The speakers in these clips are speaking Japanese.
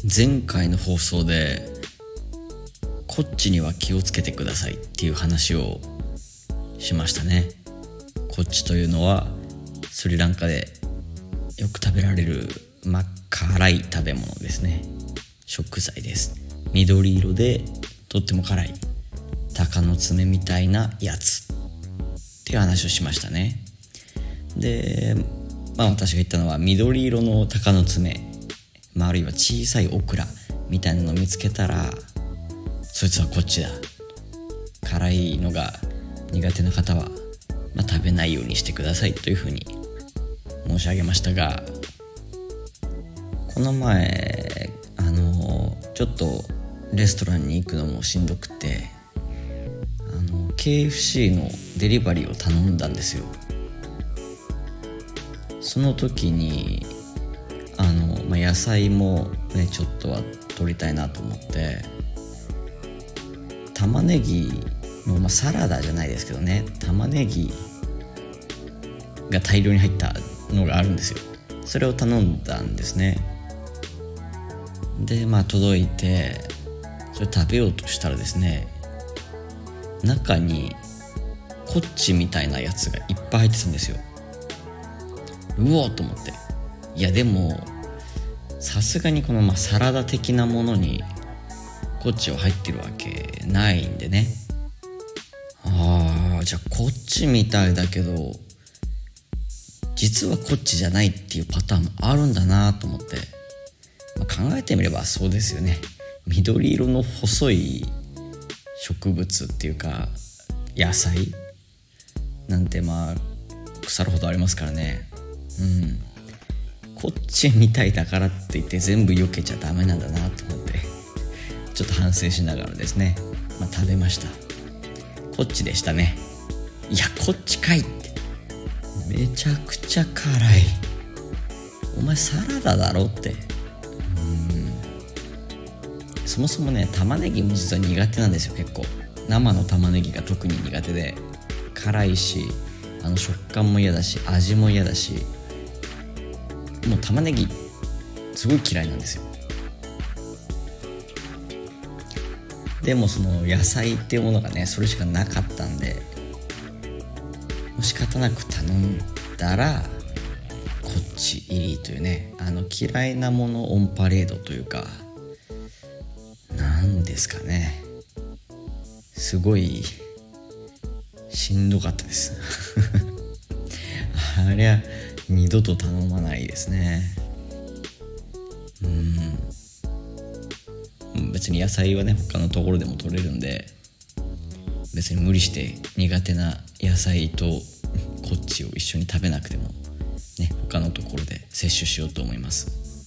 前回の放送でこっちには気をつけてくださいっていう話をしましたね。こっちというのはスリランカでよく食べられる辛い食べ物ですね。食材です。緑色でとっても辛い鷹の爪みたいなやつっていう話をしましたね。で、私が言ったのは緑色の鷹の爪、あるいは小さいオクラみたいなのを見つけたらそいつはこっちだ。辛いのが苦手な方は、食べないようにしてくださいというふうに申し上げましたが、この前ちょっとレストランに行くのもしんどくてKFC のデリバリーを頼んだんですよ。その時に野菜もねちょっとは取りたいなと思って玉ねぎの、サラダじゃないですけどね、玉ねぎが大量に入ったのがあるんですよ。それを頼んだんですね。で届いてそれ食べようとしたらですね、中にコッチみたいなやつがいっぱい入ってたんですよ。うおーと思って、いやでもさすがにこのサラダ的なものにコッチは入ってるわけないんでね、じゃあコッチみたいだけど実はコッチじゃないっていうパターンもあるんだなと思って、考えてみればそうですよね。緑色の細い植物っていうか野菜なんて腐るほどありますからね。こっちみたいだからって言って全部避けちゃダメなんだなと思ってちょっと反省しながらですね、食べました。こっちでしたね。いやこっちかいって、めちゃくちゃ辛い。お前サラダだろって。そもそもね玉ねぎも実は苦手なんですよ。結構生の玉ねぎが特に苦手で、辛いし食感も嫌だし味も嫌だし、もう玉ねぎすごい嫌いなんですよ。でもその野菜っていうものがねそれしかなかったんで、もう仕方なく頼んだらこっち入りというね、嫌いなものオンパレードというかなんですかね、すごいしんどかったですありゃ二度と頼まないですね。別に野菜はね他のところでも取れるんで、別に無理して苦手な野菜とこっちを一緒に食べなくてもね他のところで摂取しようと思います。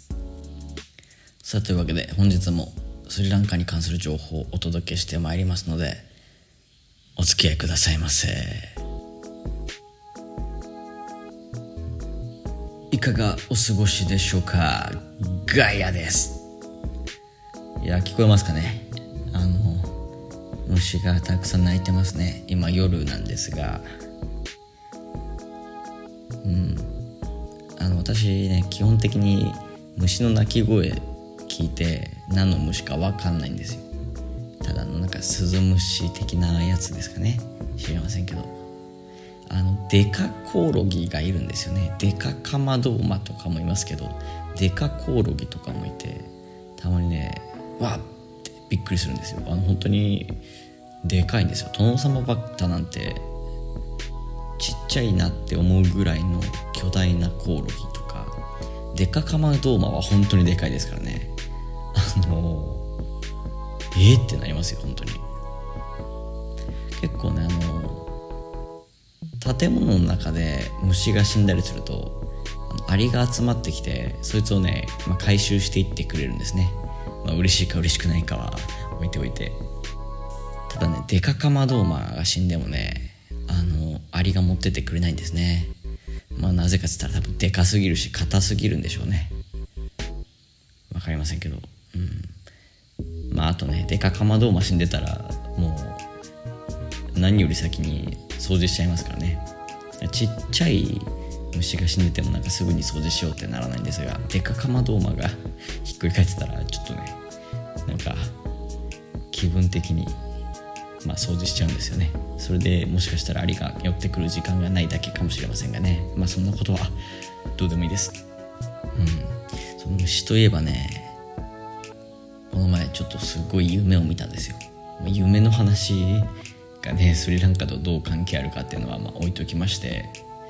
さあというわけで本日もスリランカに関する情報をお届けしてまいりますのでお付き合いくださいませ。いかがお過ごしでしょうか。ガイアです。いや聞こえますかね。虫がたくさん鳴いてますね。今夜なんですが、私ね基本的に虫の鳴き声聞いて何の虫か分かんないんですよ。ただスズムシ的なやつですかね、知りませんけど、デカコオロギがいるんですよね。デカカマドウマとかもいますけど、デカコオロギとかもいて、たまにねわってびっくりするんですよ。本当にでかいんですよ。トノサマバッタなんてちっちゃいなって思うぐらいの巨大なコオロギとか、デカカマドウマは本当にでかいですからね。ってなりますよ本当に。結構ね建物の中で虫が死んだりするとアリが集まってきてそいつをね、回収していってくれるんですね。嬉しいか嬉しくないかは置いておいて、ただねデカカマドウマが死んでもねアリが持ってってくれないんですね。なぜかって言ったら多分でかすぎるし硬すぎるんでしょうね。わかりませんけど、あとねデカカマドウマ死んでたらもう何より先に掃除しちゃいますからね。ちっちゃい虫が死んでてもなんかすぐに掃除しようってならないんですが、デカカマドーマがひっくり返ってたらちょっとね、なんか気分的に掃除しちゃうんですよね。それでもしかしたらアリが寄ってくる時間がないだけかもしれませんがね、そんなことはどうでもいいです。その虫といえばね、この前ちょっとすごい夢を見たんですよ。夢の話がねスリランカとどう関係あるかっていうのは置いときまして、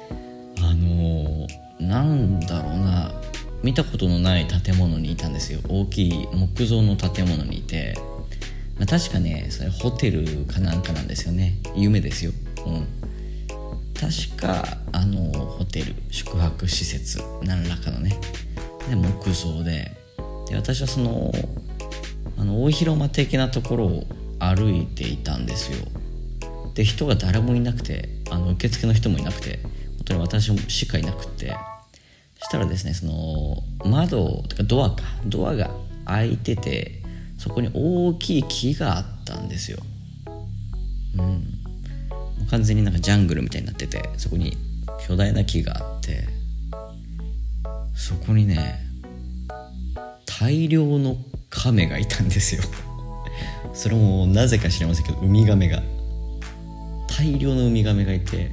なんだろうな、見たことのない建物にいたんですよ。大きい木造の建物にいて、確かねそれホテルかなんかなんですよね。夢ですよ。確かホテル、宿泊施設何らかのね、で木造で私はその大広間的なところを歩いていたんですよ。で人が誰もいなくて、受付の人もいなくて、本当に私しかいなくて、そしたらですね、その窓とかドアが開いてて、そこに大きい木があったんですよ。もう完全になんかジャングルみたいになってて、そこに巨大な木があって、そこにね大量の亀がいたんですよ。それもなぜか知りませんけど、ウミガメが、大量のウミガメがいて、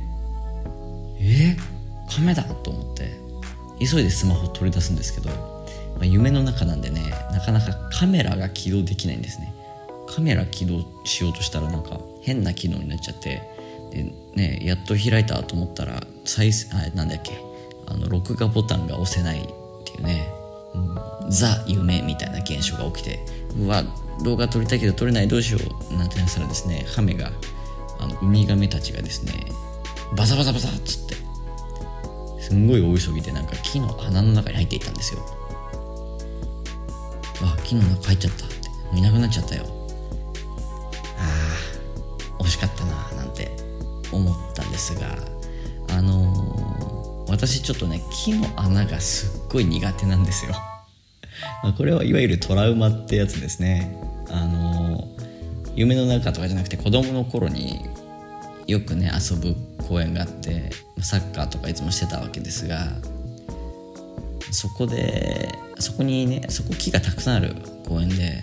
亀だと思って急いでスマホを取り出すんですけど、夢の中なんでね、なかなかカメラが起動できないんですね。カメラ起動しようとしたらなんか変な機能になっちゃって、でね、やっと開いたと思ったら録画ボタンが押せないっていうね、ザ夢みたいな現象が起きて、動画撮りたいけど撮れない、どうしようなんてなったらですね、カメがウミガメたちがですねバサバサバサっつってすんごい大急ぎでなんか木の穴の中に入っていったんですよ。木の中入っちゃったって、いなくなっちゃったよ、惜しかったななんて思ったんですが、私ちょっとね木の穴がすっごい苦手なんですよ。これはいわゆるトラウマってやつですね。夢の中とかじゃなくて、子供の頃によくね遊ぶ公園があって、サッカーとかいつもしてたわけですが、そこ木がたくさんある公園で、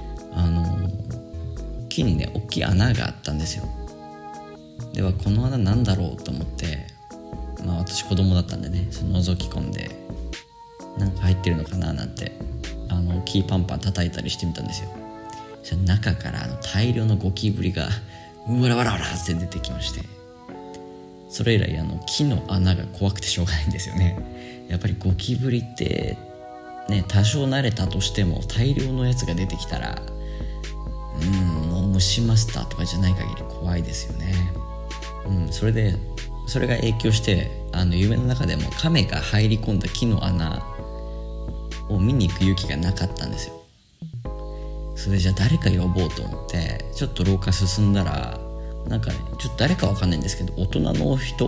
木にね大きい穴があったんですよ。ではこの穴なんだろうと思って、私子供だったんでね、覗き込んでなんか入ってるのかななんて木パンパン叩いたりしてみたんですよ。そしたら中から大量のゴキブリがわらわらわらって出てきまして、それ以来木の穴が怖くてしょうがないんですよね。やっぱりゴキブリってね、多少慣れたとしても大量のやつが出てきたらもう虫マスターとかじゃない限り怖いですよね。それが影響して、夢の中でも亀が入り込んだ木の穴を見に行く勇気がなかったんですよ。それじゃあ誰か呼ぼうと思ってちょっと廊下進んだら、なんかねちょっと誰かわかんないんですけど、大人の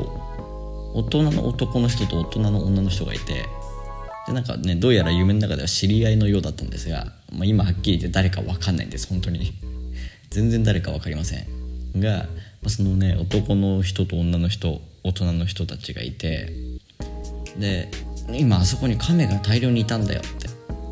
男の人と大人の女の人がいて、でなんかねどうやら夢の中では知り合いのようだったんですが、今はっきり言って誰かわかんないんです。本当に全然誰かわかりませんが、そのね男の人と女の人、大人の人たちがいて、で今あそこに亀が大量にいたんだよって、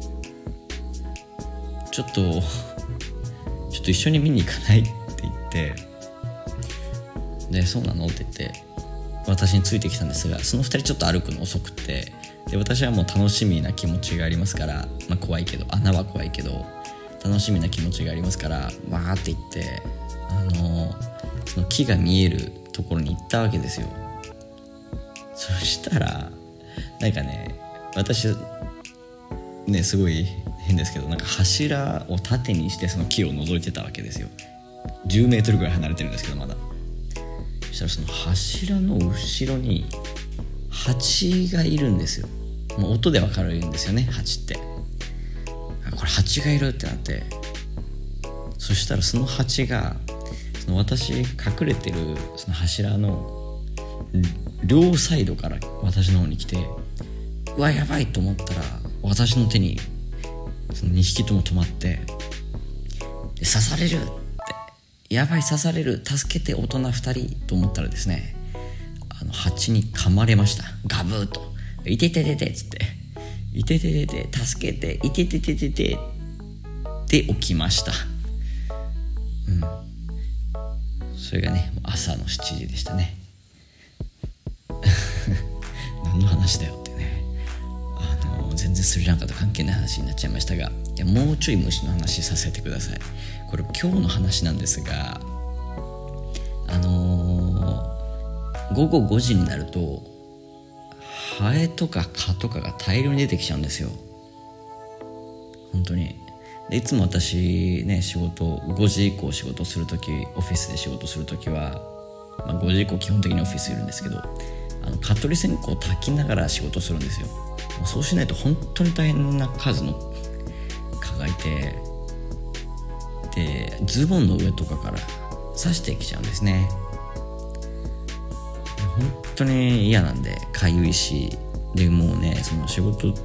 ちょっと一緒に見に行かないって言って、でそうなのって言って私についてきたんですが、その2人ちょっと歩くの遅くて、で私はもう楽しみな気持ちがありますから、怖いけど、穴は怖いけど楽しみな気持ちがありますから、わーって言ってその木が見えるところに行ったわけですよ。そしたらなんかね、私ねすごい変ですけど、なんか柱を縦にしてその木を覗いてたわけですよ。10メートルぐらい離れてるんですけど、まだ。そしたらその柱の後ろに蜂がいるんですよ。もう音でわかるんですよね、蜂って。これ蜂がいるってなって、そしたらその蜂が私隠れてるその柱の両サイドから私の方に来て、うわやばいと思ったら私の手にその2匹とも止まって、刺されるって、やばい刺される、助けて大人2人と思ったらですね、 蜂に噛まれました。ガブーと。いててててっつって、いてててて助けて、いてててててで起きました。それがね朝の7時でしたね。何の話だよってね、全然スリランカと関係ない話になっちゃいましたが、いやもうちょい虫の話させてください。これ今日の話なんですが、午後5時になるとハエとか蚊とかが大量に出てきちゃうんですよ。本当に。でいつも私ね5時以降仕事するとき、オフィスで仕事するときは、5時以降基本的にオフィスいるんですけど、蚊取り線香を焚きながら仕事するんですよ。そうしないと本当に大変な数の蚊がいて、でズボンの上とかから刺してきちゃうんですね。本当に嫌なんで、かゆいし、でもうねその仕事ね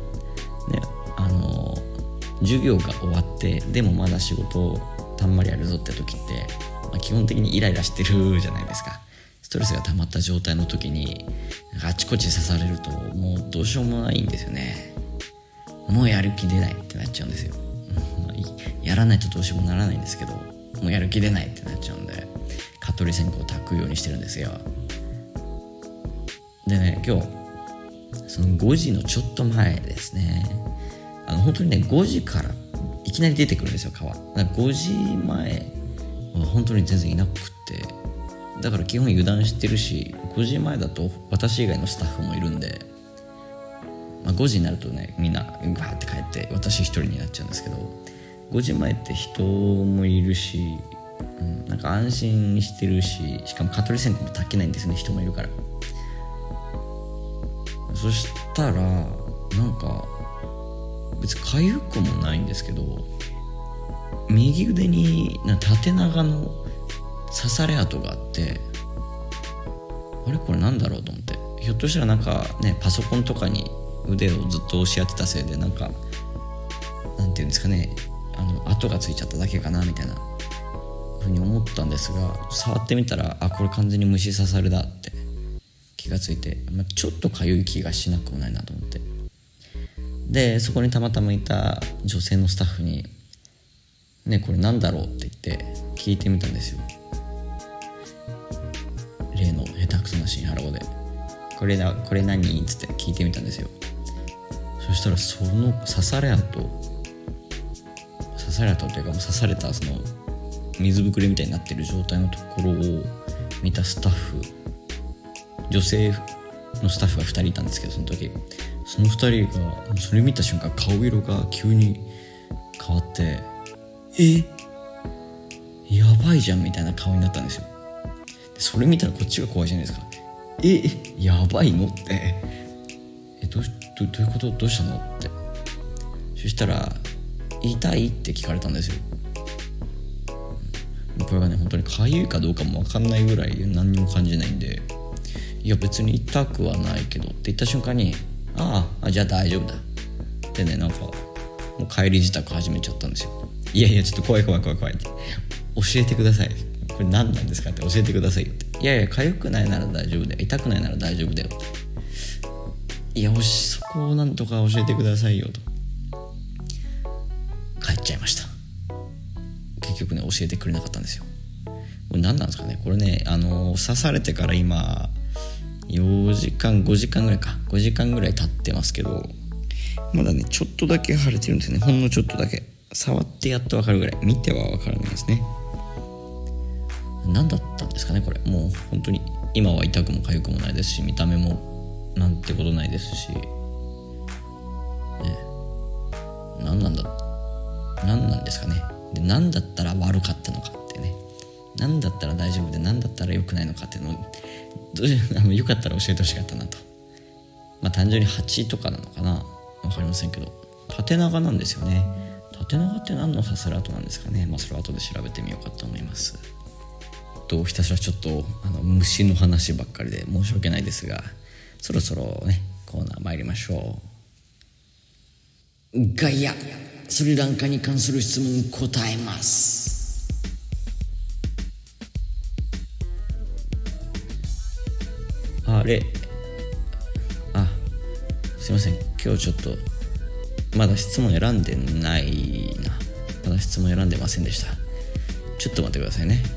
授業が終わってでもまだ仕事たんまりやるぞって時って、基本的にイライラしてるじゃないですか。ストレスが溜まった状態の時にあちこち刺されるともうどうしようもないんですよね。もうやる気出ないってなっちゃうんですよ。やらないとどうしようもならないんですけど、もうやる気出ないってなっちゃうんで蚊取り線香を焚くようにしてるんですよ。でね今日その5時のちょっと前ですね、本当にね5時からいきなり出てくるんですよ蚊は。だから5時前は本当に全然いなくって、だから基本油断してるし、5時前だと私以外のスタッフもいるんで、5時になるとねみんなバーって帰って私一人になっちゃうんですけど、5時前って人もいるし、なんか安心してるし、しかも蚊取り線香も焚けないんですね、人もいるから。そしたらなんか別にかゆくもないんですけど、右腕に縦長の刺され跡があって、あれこれなんだろうと思って、ひょっとしたらなんかねパソコンとかに腕をずっと押し当てたせいでなんていうんですかね、跡がついちゃっただけかなみたいなふうに思ったんですが、触ってみたらこれ完全に虫刺されだって気がついて、ちょっとかゆい気がしなくもないなと思って、でそこにたまたまいた女性のスタッフにねこれなんだろうって言って聞いてみたんですよ。例の下手くそなシンハラ語でこれ何っつって聞いてみたんですよ。そしたらその刺され跡というか刺されたその水ぶくれみたいになってる状態のところを見たスタッフ、女性のスタッフが2人いたんですけど、その時その2人がそれ見た瞬間顔色が急に変わって、やばいじゃんみたいな顔になったんですよ。でそれ見たらこっちが怖いじゃないですか。やばいのってどういうこと、どうしたのって。そしたら痛いって聞かれたんですよ。これがね本当にかゆいかどうかも分かんないぐらい何にも感じないんで、いや別に痛くはないけどって言った瞬間にじゃあ大丈夫だってね、なんかもう帰り支度始めちゃったんですよ。いやちょっと怖いって教えてください、これ何なんですかって教えてくださいって。いや痒くないなら大丈夫だよ、痛くないなら大丈夫だよって。いやそこをなんとか教えてくださいよと帰っちゃいました。結局ね教えてくれなかったんですよ。これ何なんですかねこれね、刺されてから今5時間ぐらい経ってますけど、まだねちょっとだけ腫れてるんですね。ほんのちょっとだけ、触ってやっと分かるぐらい、見ては分からないですね。何だったんですかねこれ。もう本当に今は痛くも痒くもないですし、見た目もなんてことないですしね。何なんですかね。で何だったら悪かったのかってね、何だったら大丈夫で何だったら良くないのかっていうのをよかったら教えてほしかったなと。単純に蜂とかなのかな分かりませんけど、縦長なんですよね。縦長って何の刺され跡なんですかね。それは後で調べてみようかと思います。ひたすらちょっと虫の話ばっかりで申し訳ないですが、そろそろねコーナー参りましょう。ガイアスリランカに関する質問答えます。 あれ、すいません、今日ちょっとまだ質問選んでないな。まだ質問選んでませんでした。ちょっと待ってくださいね。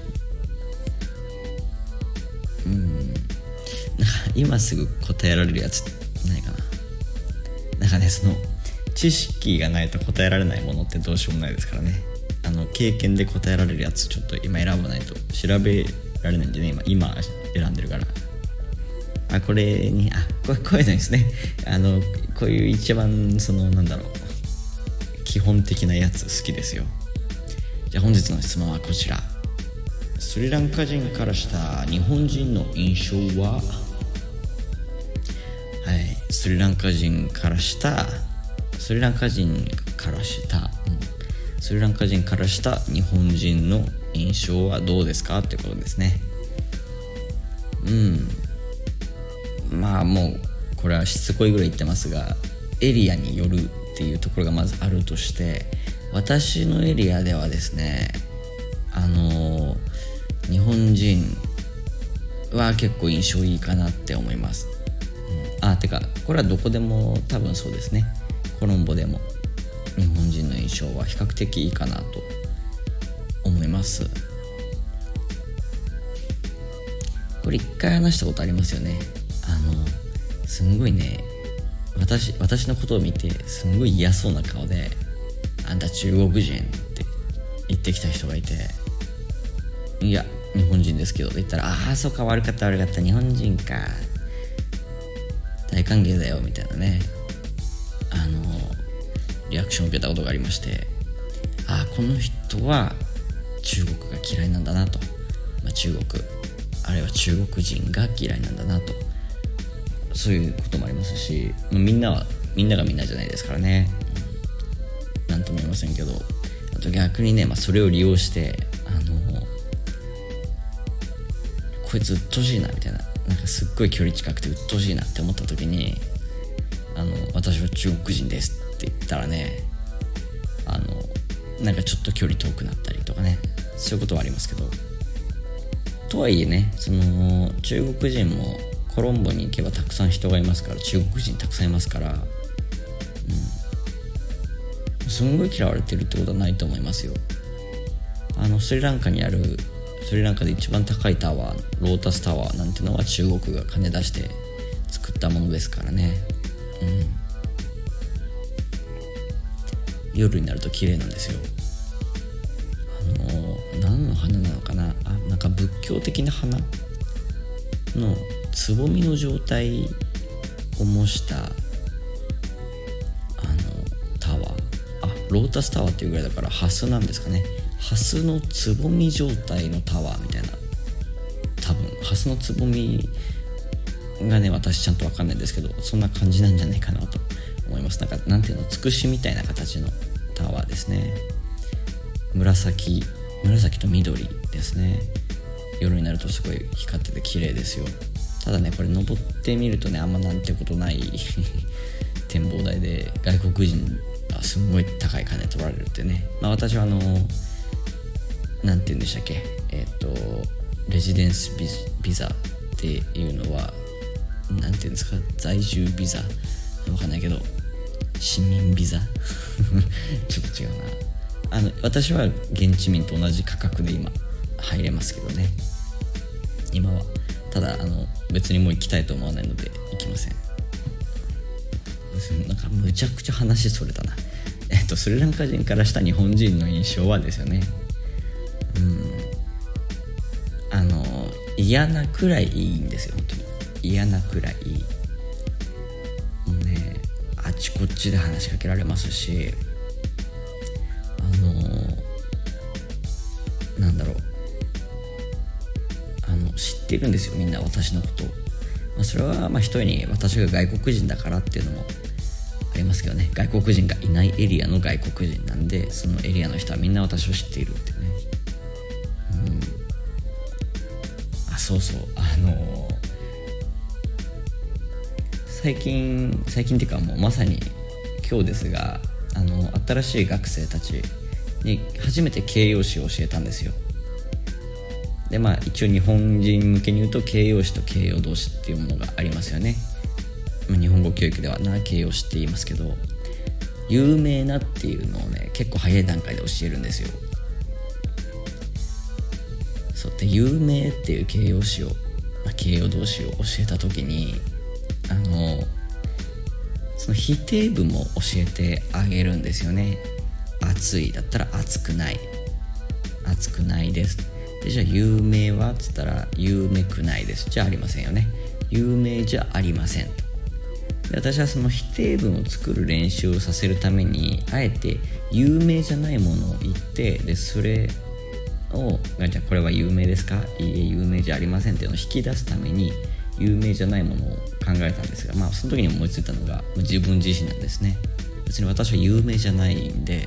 なんか今すぐ答えられるやつないかな。なんかね、その知識がないと答えられないものってどうしようもないですからね。経験で答えられるやつちょっと今選ばないと調べられないんでね。今選んでるから。これにこういうのですね。こういう一番基本的なやつ好きですよ。じゃあ本日の質問はこちら。スリランカ人からした日本人の印象は？スリランカ人からした日本人の印象はどうですかってことですね。もうこれはしつこいぐらい言ってますが、エリアによるっていうところがまずあるとして、私のエリアではですね、日本人は結構印象いいかなって思います。てかこれはどこでも多分そうですね。コロンボでも日本人の印象は比較的いいかなと思います。これ一回話したことありますよね。すんごいね、私のことを見てすんごい嫌そうな顔で、あんた中国人って言ってきた人がいて、いや日本人ですけどって言ったら、そうか、悪かった日本人か、大歓迎だよみたいなね、リアクションを受けたことがありまして、この人は中国が嫌いなんだなと、中国あるいは中国人が嫌いなんだなと、そういうこともありますし、みんながみんなじゃないですからね、なんとも言いませんけど、あと逆にね、それを利用してこいつ鬱陶しいなみたいな、なんかすっごい距離近くて鬱陶しいなって思った時に、私は中国人ですって言ったらね、なんかちょっと距離遠くなったりとかね、そういうことはありますけど、とはいえね、中国人もコロンボに行けばたくさん人がいますから、中国人たくさんいますから、すんごい嫌われてるってことはないと思いますよ。スリランカで一番高いタワー、ロータスタワーなんてのは中国が金出して作ったものですからね。夜になると綺麗なんですよ。何の花なのかな、なんか仏教的な花のつぼみの状態を模したタワー、ロータスタワーっていうぐらいだからハスなんですかね。ハスのつぼみ状態のタワーみたいな、多分ハスのつぼみがね、私ちゃんと分かんないんですけど、そんな感じなんじゃないかなと思います。なんていうの、つくしみたいな形のタワーですね。紫と緑ですね。夜になるとすごい光ってて綺麗ですよ。ただね、これ登ってみるとね、あんまなんてことない展望台で外国人がすんごい高い金取られるってね。私はなんて言うんでしたっけ、レジデンスビザっていうのはなんて言うんですか、在住ビザわかんないけど、市民ビザちょっと違うな。私は現地民と同じ価格で今入れますけどね、今は。ただ別にもう行きたいと思わないので行きません。なんかむちゃくちゃ話それたな。スリランカ人からした日本人の印象はですよね、嫌なくらいいいんですよ。本当に嫌なくらいいい。もうね、あちこちで話しかけられますし、なんだろう、知ってるんですよ、みんな私のことを。それは一重に私が外国人だからっていうのもありますけどね。外国人がいないエリアの外国人なんで、そのエリアの人はみんな私を知っているっていうね。そうそう、最近っていうか、もうまさに今日ですが、新しい学生たちに初めて形容詞を教えたんですよ。 で一応日本人向けに言うと形容詞と形容動詞っていうものがありますよね。日本語教育では形容詞って言いますけど、有名なっていうのをね結構早い段階で教えるんですよ。そうで、有名っていう形容詞を、形容動詞を教えた時にその否定文も教えてあげるんですよね。暑いだったら暑くない、暑くないです。でじゃあ有名はっつったら有名くないです、じゃあありませんよね。有名じゃありませんと。で私はその否定文を作る練習をさせるためにあえて有名じゃないものを言って、でそれをじゃあこれは有名ですか、いいえ有名じゃありませんっていうのを引き出すために有名じゃないものを考えたんですが、その時に思いついたのが自分自身なんですね。別に私は有名じゃないんで、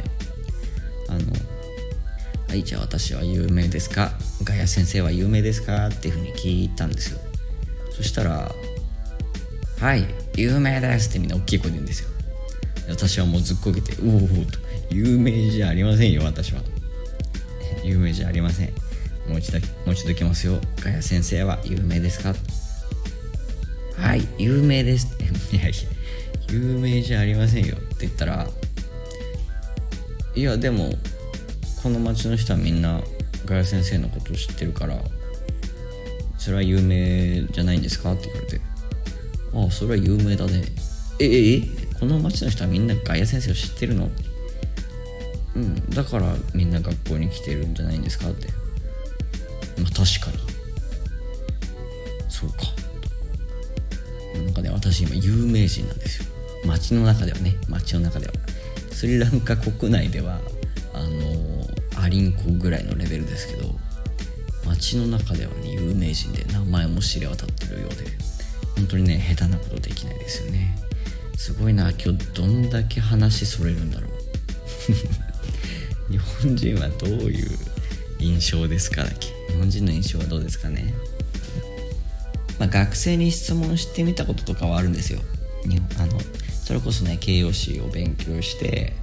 はい、じゃあ私は有名ですか、ガヤ先生は有名ですかっていうふうに聞いたんですよ。そしたらはい有名ですってみんな大きい声で言うんですよ。私はもうずっこけておおと、有名じゃありませんよ、私は有名じゃありません。もう一度いきますよ。ガヤ先生は有名ですか、はい有名ですいや有名じゃありませんよって言ったら、いやでもこの町の人はみんなガヤ先生のことを知ってるからそれは有名じゃないんですかって言われて、ああそれは有名だね。この町の人はみんなガヤ先生を知ってるの？だからみんな学校に来てるんじゃないんですかって。確かにそうか。なんかね、私今有名人なんですよ。町の中ではスリランカ国内ではアリンコぐらいのレベルですけど、町の中ではね有名人で名前も知れ渡ってるようで、本当にね下手なことできないですよね。すごいな、今日どんだけ話それるんだろう日本人はどういう印象ですかだっけ。日本人の印象はどうですかね。学生に質問してみたこととかはあるんですよ。それこそね形容詞を勉強して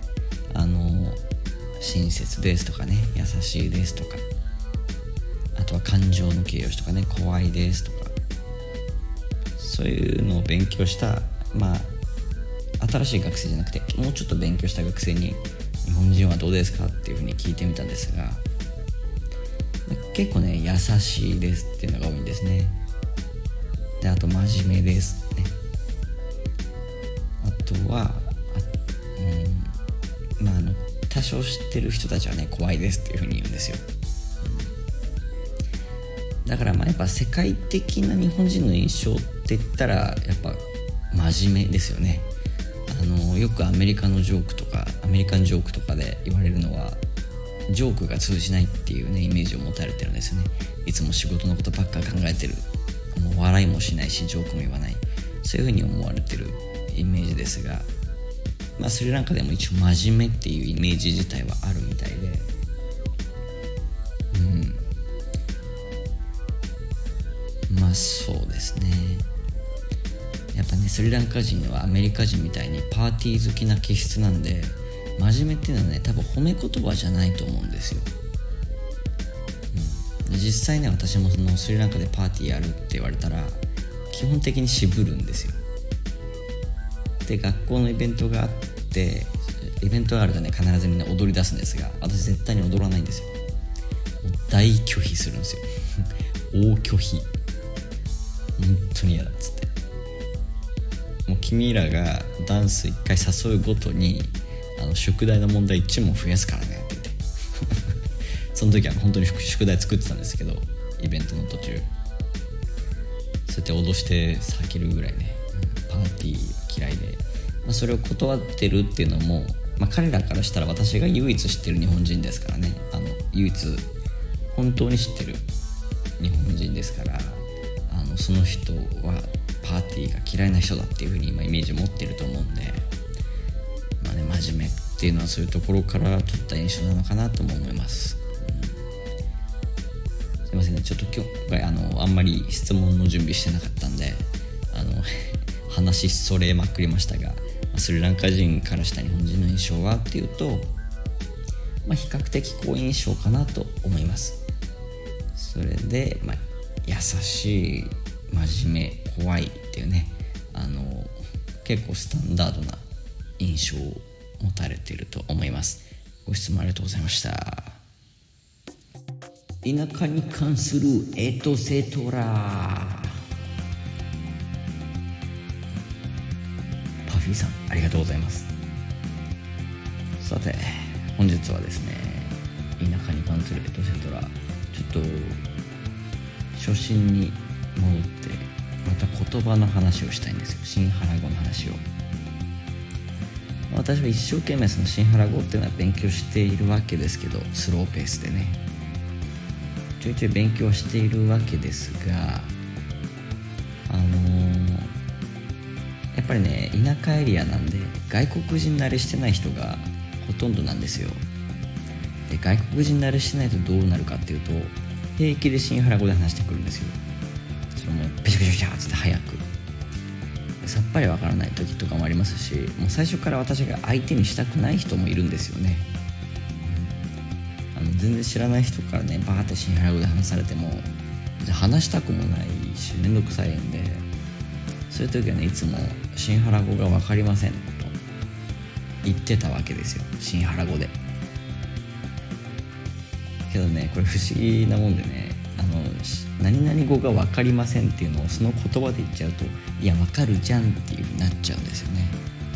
親切ですとかね、優しいですとか、あとは感情の形容詞とかね、怖いですとか、そういうのを勉強した新しい学生じゃなくてもうちょっと勉強した学生に日本人はどうですかっていうふうに聞いてみたんですが、結構ね優しいですっていうのが多いんですね。であと真面目ですね。あとは多少知ってる人たちはね怖いですっていうふうに言うんですよ。だからやっぱ世界的な日本人の印象って言ったらやっぱ真面目ですよね。よくアメリカンジョークとかで言われるのはジョークが通じないっていうねイメージを持たれてるんですよね。いつも仕事のことばっか考えてる、もう笑いもしないしジョークも言わない、そういう風に思われてるイメージですが、スリランカでも一応真面目っていうイメージ自体はあるみたいで、そうですね。やっぱねスリランカ人はアメリカ人みたいにパーティー好きな気質なんで、真面目っていうのはね多分褒め言葉じゃないと思うんですよ。実際ね私もそのスリランカでパーティーやるって言われたら基本的に渋るんですよ。で学校のイベントがあってイベントがあるとね必ずみんな踊り出すんですが、私絶対に踊らないんですよ。もう大拒否するんですよ大拒否、本当に嫌だっつって、もう君らがダンス1回誘うごとに宿題の問題1問増やすからねって言ってその時は本当に宿題作ってたんですけど、イベントの途中そうやって脅して避けるぐらいね、パーティーは嫌いで、それを断ってるっていうのも、彼らからしたら私が唯一知ってる日本人ですからね、唯一本当に知ってる日本人ですから、その人はパーティーが嫌いな人だっていう風に今イメージ持ってると思うんで、真面目っていうのはそういうところから取った印象なのかなとも思います。すいませんね、ちょっと今回あんまり質問の準備してなかったんで話それまくりましたが、スリランカ人からした日本人の印象はっていうと、比較的好印象かなと思います。それで、優しい、真面目、怖いっていうね、結構スタンダードな印象を持たれていると思います。ご質問ありがとうございました。田舎に関するエトセトラ。パフィーさん、ありがとうございます。さて、本日はですね、田舎に関するエトセトラ、ちょっと初心に戻ってまた言葉の話をしたいんですよ。シンハラ語の話を。私は一生懸命そのシンハラ語っていうのは勉強しているわけですけど、スローペースでねちょいちょい勉強しているわけですが、やっぱりね、田舎エリアなんで外国人慣れしてない人がほとんどなんですよ。で、外国人慣れしてないとどうなるかっていうと、平気でシンハラ語で話してくるんですよ。それもペシャペシャペシャって早く、さっぱりわからない時とかもありますし、もう最初から私が相手にしたくない人もいるんですよね。全然知らない人からねバーってシンハラ語で話されても話したくもないし、めんどくさいんで、そういう時はね、いつもシンハラ語が分かりませんと言ってたわけですよ、シンハラ語で。けどね、これ不思議なもんでね、何々語が分かりませんっていうのをその言葉で言っちゃうと、いや分かるじゃんっていう風になっちゃうんですよね。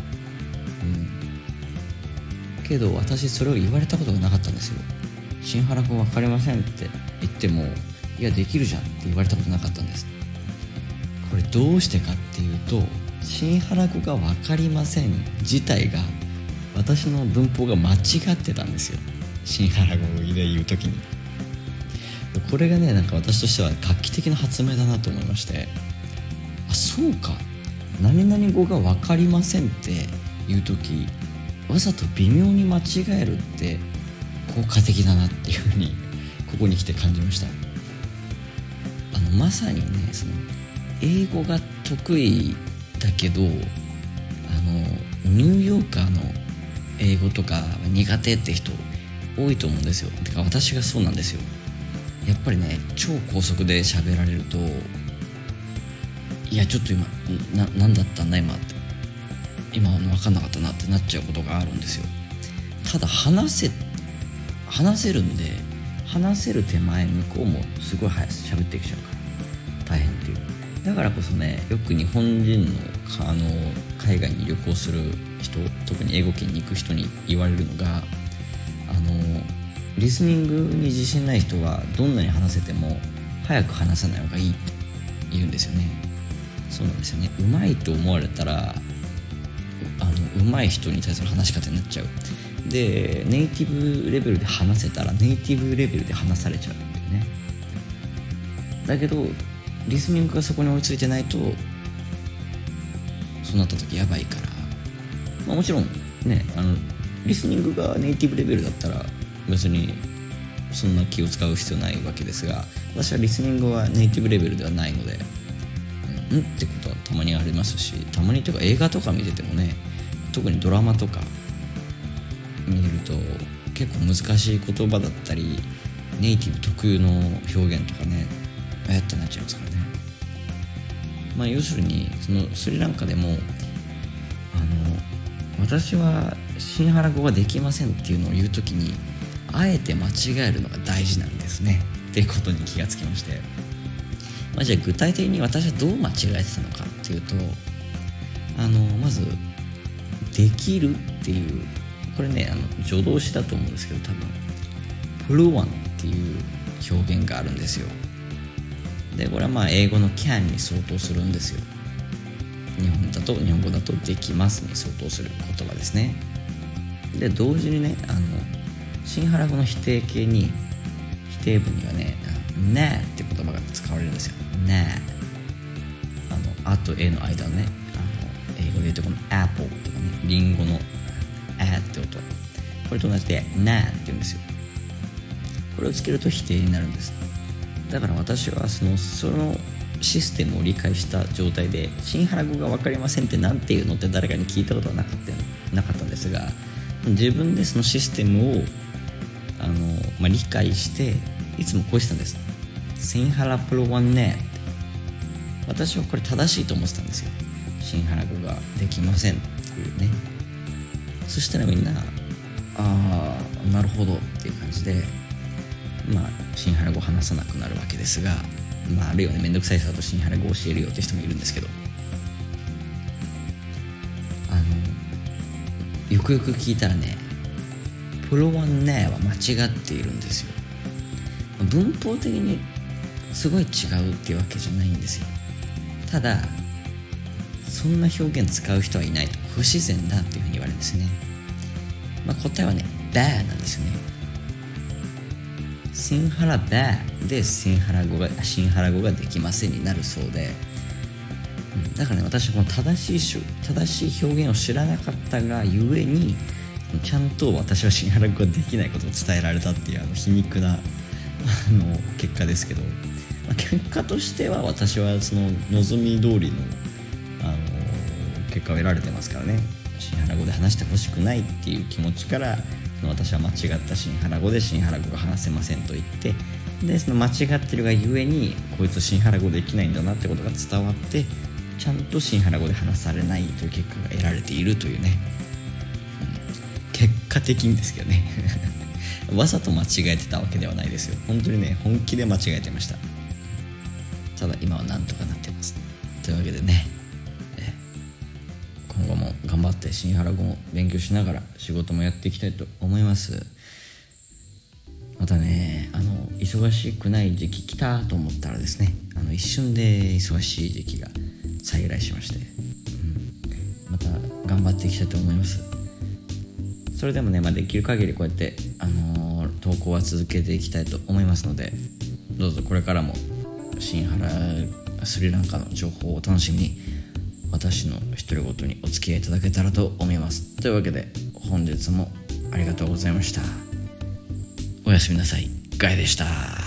けど私それを言われたことがなかったんですよ。シンハラ語分かりませんって言っても、いやできるじゃんって言われたことなかったんです。これどうしてかっていうと、シンハラ語が分かりません自体が私の文法が間違ってたんですよ、シンハラ語で言うときに。これがね、なんか私としては画期的な発明だなと思いまして、あ、そうか、何々語が分かりませんって言うときわざと微妙に間違えるって効果的だなっていうふうにここに来て感じました。まさにね、その英語が得意だけどニューヨーカーの英語とか苦手って人多いと思うんですよ。てか私がそうなんですよ。やっぱりね、超高速で喋られると、いやちょっと今何だったんだ今分かんなかったなってなっちゃうことがあるんですよ。ただ話せるんで、話せる手前向こうもすごい早く喋ってきちゃうから大変っていう。だからこそね、よく日本人の海外に旅行する人、特に英語圏に行く人に言われるのが、リスニングに自信ない人はどんなに話せても早く話さない方がいいって言うんですよね。そうなんですよね。うまいと思われたらうまい人に対する話し方になっちゃう。で、ネイティブレベルで話せたらネイティブレベルで話されちゃうっていうね。だけどリスニングがそこに追いついてないと、そうなった時やばいから、もちろんね、リスニングがネイティブレベルだったら別にそんな気を使う必要ないわけですが、私はリスニングはネイティブレベルではないので、ってことはたまにありますし、たまにというか映画とか見ててもね、特にドラマとか見ると結構難しい言葉だったりネイティブ特有の表現とかね、ってなっちゃいますからね。要するにそのスリランカでも私はシンハラ語ができませんっていうのを言うときにあえて間違えるのが大事なんですねっていうことに気がつきまして、じゃあ具体的に私はどう間違えてたのかっていうと、まずできるっていう、これね助動詞だと思うんですけど、多分プルワンっていう表現があるんですよ。でこれは英語の can に相当するんですよ。日本語だとできますに相当する言葉ですね。で同時にね、シンハラ語の否定形に、否定文にはね、ねって言葉が使われるんですよ。ね、あと A の間のね、英語で言うとこの apple とかね、リンゴのって音、これと同じでねって言うんですよ。これをつけると否定になるんです。だから私はそのシステムを理解した状態で、シンハラ語が分かりませんってなんていうのって誰かに聞いたことはなかったんですが、自分でそのシステムを理解していつもこうしてたんです。 シンハラプロワンネー。私はこれ正しいと思ってたんですよ。シンハラ語ができませんっていうね。そしたらみんななるほどっていう感じでシンハラ語を話さなくなるわけですが、あるいはね、めんどくさい人だとシンハラ語を教えるよって人もいるんですけど、よくよく聞いたらね、プロワンネーは間違っているんですよ。文法的にすごい違うっていうわけじゃないんですよ。ただそんな表現使う人はいないと、不自然だっていうふうに言われるんですね。答えはね、バーなんですよね。シンハラバーでシンハラ語ができませんになるそうで、だからね、私はこの正しい表現を知らなかったがゆえに、ちゃんと私はシンハラ語ができないことを伝えられたっていう皮肉な結果ですけど、結果としては私はその望み通りの結果を得られてますからね。シンハラ語で話してほしくないっていう気持ちから、私は間違ったシンハラ語でシンハラ語が話せませんと言って、でその間違ってるがゆえにこいつシンハラ語できないんだなってことが伝わって、ちゃんとシンハラ語で話されないという結果が得られているというね、結果的にですけどねわざと間違えてたわけではないですよ。本当にね、本気で間違えてました。ただ今はなんとかなってます。というわけでね、今後も頑張ってシンハラ語も勉強しながら仕事もやっていきたいと思います。またね、忙しくない時期来たと思ったらですね、一瞬で忙しい時期が再来しまして、また頑張っていきたいと思います。それでもね、できる限りこうやって、投稿は続けていきたいと思いますので、どうぞこれからもシンハラスリランカの情報をお楽しみに、私の独り言にお付き合いいただけたらと思います。というわけで本日もありがとうございました。おやすみなさい。ガイでした。